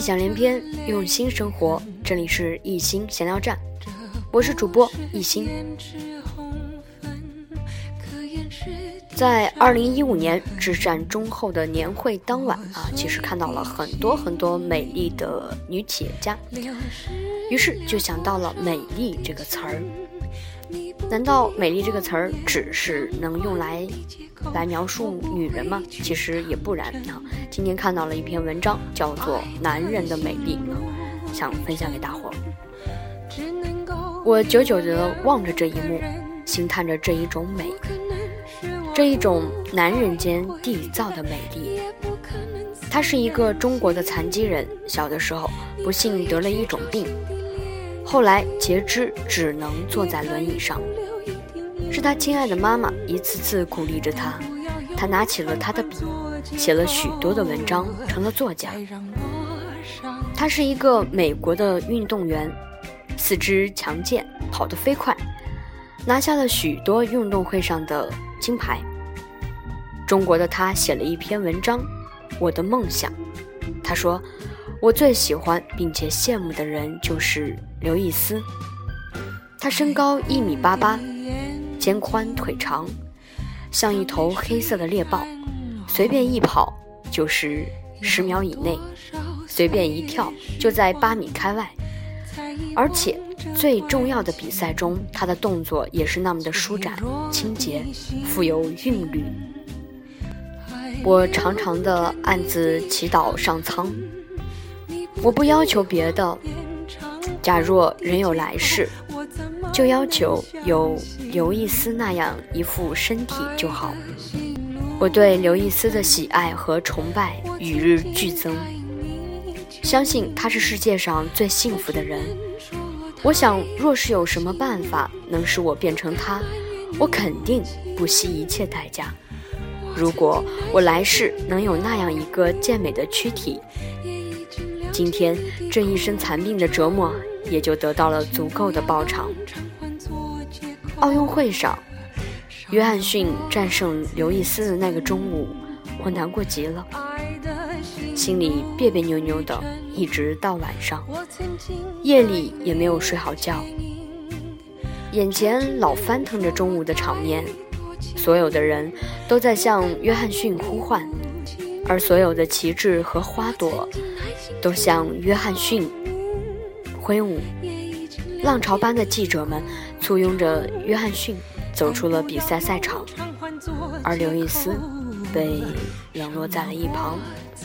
想连篇，用心生活，这里是一心闲聊站，我是主播一心。在2015年至战中后的年会当晚其实看到了很多美丽的女企业家，于是就想到了美丽这个词儿。难道美丽这个词儿只是能用来描述女人吗？其实也不然今天看到了一篇文章，叫做《男人的美丽》，想分享给大伙。我久久地望着这一幕，心叹着这一种美，这一种男人间缔造的美丽。他是一个中国的残疾人，小的时候不幸得了一种病，后来截肢，只能坐在轮椅上。是他亲爱的妈妈一次次鼓励着他，他拿起了他的笔，写了许多的文章，成了作家。他是一个美国的运动员，四肢强健，跑得飞快，拿下了许多运动会上的金牌。中国的他写了一篇文章《我的梦想》，他说，我最喜欢并且羡慕的人就是刘易斯。他身高1.88米，肩宽腿长，像一头黑色的猎豹，随便一跑就是10秒以内，随便一跳就在8米开外。而且最重要的比赛中，他的动作也是那么的舒展、清洁、富有韵律。我常常的暗自祈祷上苍，我不要求别的，假若人有来世，就要求有刘易斯那样一副身体就好。我对刘易斯的喜爱和崇拜与日俱增，相信他是世界上最幸福的人。我想，若是有什么办法能使我变成他，我肯定不惜一切代价。如果我来世能有那样一个健美的躯体，今天这一身残病的折磨也就得到了足够的报偿。奥运会上，约翰逊战胜刘易斯的那个中午，我难过极了，心里别别扭扭的，一直到晚上，夜里也没有睡好觉。眼前老翻腾着中午的场面，所有的人都在向约翰逊呼唤，而所有的旗帜和花朵都向约翰逊挥舞。浪潮般的记者们簇拥着约翰逊走出了比赛赛场，而刘易斯被冷落在了一旁。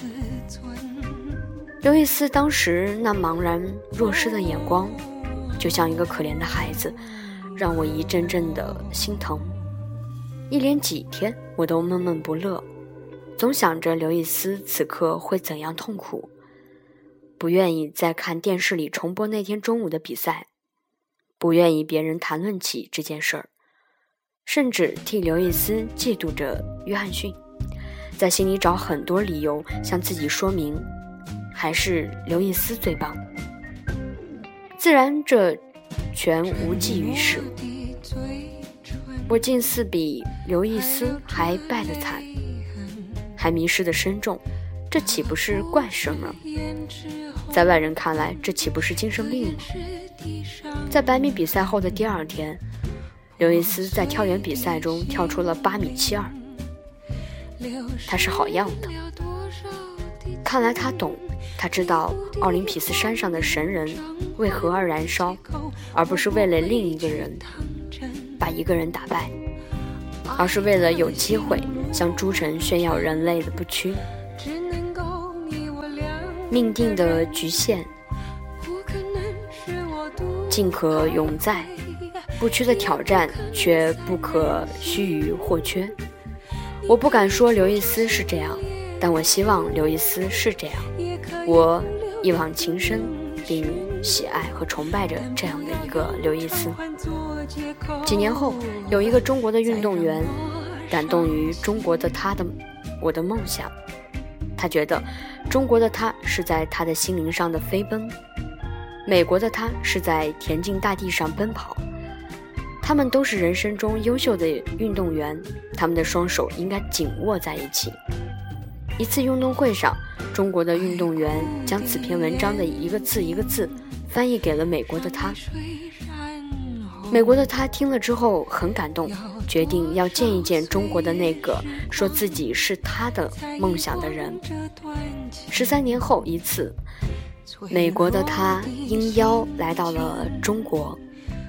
刘易斯当时那茫然若失的眼光，就像一个可怜的孩子，让我一阵阵的心疼。一连几天我都闷闷不乐，总想着刘易斯此刻会怎样痛苦，不愿意再看电视里重播那天中午的比赛，不愿意别人谈论起这件事儿，甚至替刘易斯嫉妒着约翰逊，在心里找很多理由向自己说明，还是刘易斯最棒。自然这全无济于事，我近似比刘易斯还败得惨，还迷失得深重，这岂不是怪事吗？在外人看来，这岂不是精神病吗？在100米比赛后的第2天，刘易斯在跳远比赛中跳出了8.72米，他是好样的。看来他懂，他知道奥林匹斯山上的神人为何而燃烧，而不是为了另一个人把一个人打败，而是为了有机会向诸神炫耀人类的不屈。命定的局限尽可永在，不屈的挑战却不可须臾或缺。我不敢说刘易斯是这样，但我希望刘易斯是这样。我一往情深，并喜爱和崇拜着这样的一个刘易斯。几年后，有一个中国的运动员感动于中国的他的我的梦想，他觉得中国的他是在他的心灵上的飞奔，美国的他是在田径大地上奔跑。他们都是人生中优秀的运动员，他们的双手应该紧握在一起。 一次运动会上，中国的运动员将此篇文章的一个字一个字翻译给了美国的他。美国的他听了之后很感动，决定要见一见中国的那个说自己是他的梦想的人。13年后一次，美国的他应邀来到了中国。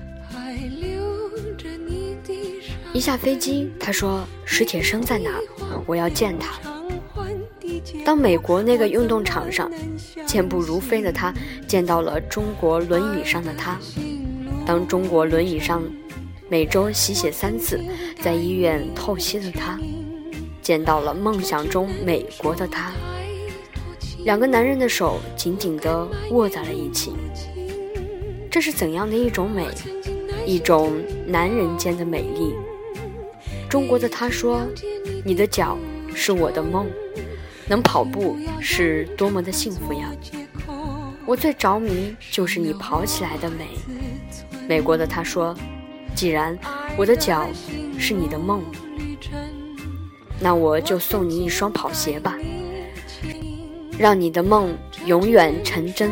一下飞机，他说史铁生在哪？我要见他。当美国那个运动场上，健步如飞的他见到了中国轮椅上的他。当中国轮椅上每周洗血3次，在医院透析的他，见到了梦想中美国的他。两个男人的手紧紧地握在了一起。这是怎样的一种美？一种男人间的美丽。中国的他说，你的脚是我的梦，能跑步是多么的幸福呀！我最着迷就是你跑起来的美。美国的他说，既然我的脚是你的梦，那我就送你一双跑鞋吧，让你的梦永远成真。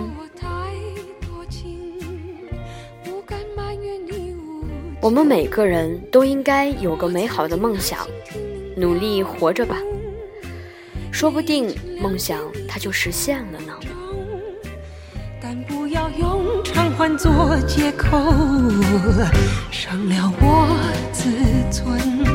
我们每个人都应该有个美好的梦想，努力活着吧，说不定梦想它就实现了呢。 但不要用偿还做借口，伤了我自尊。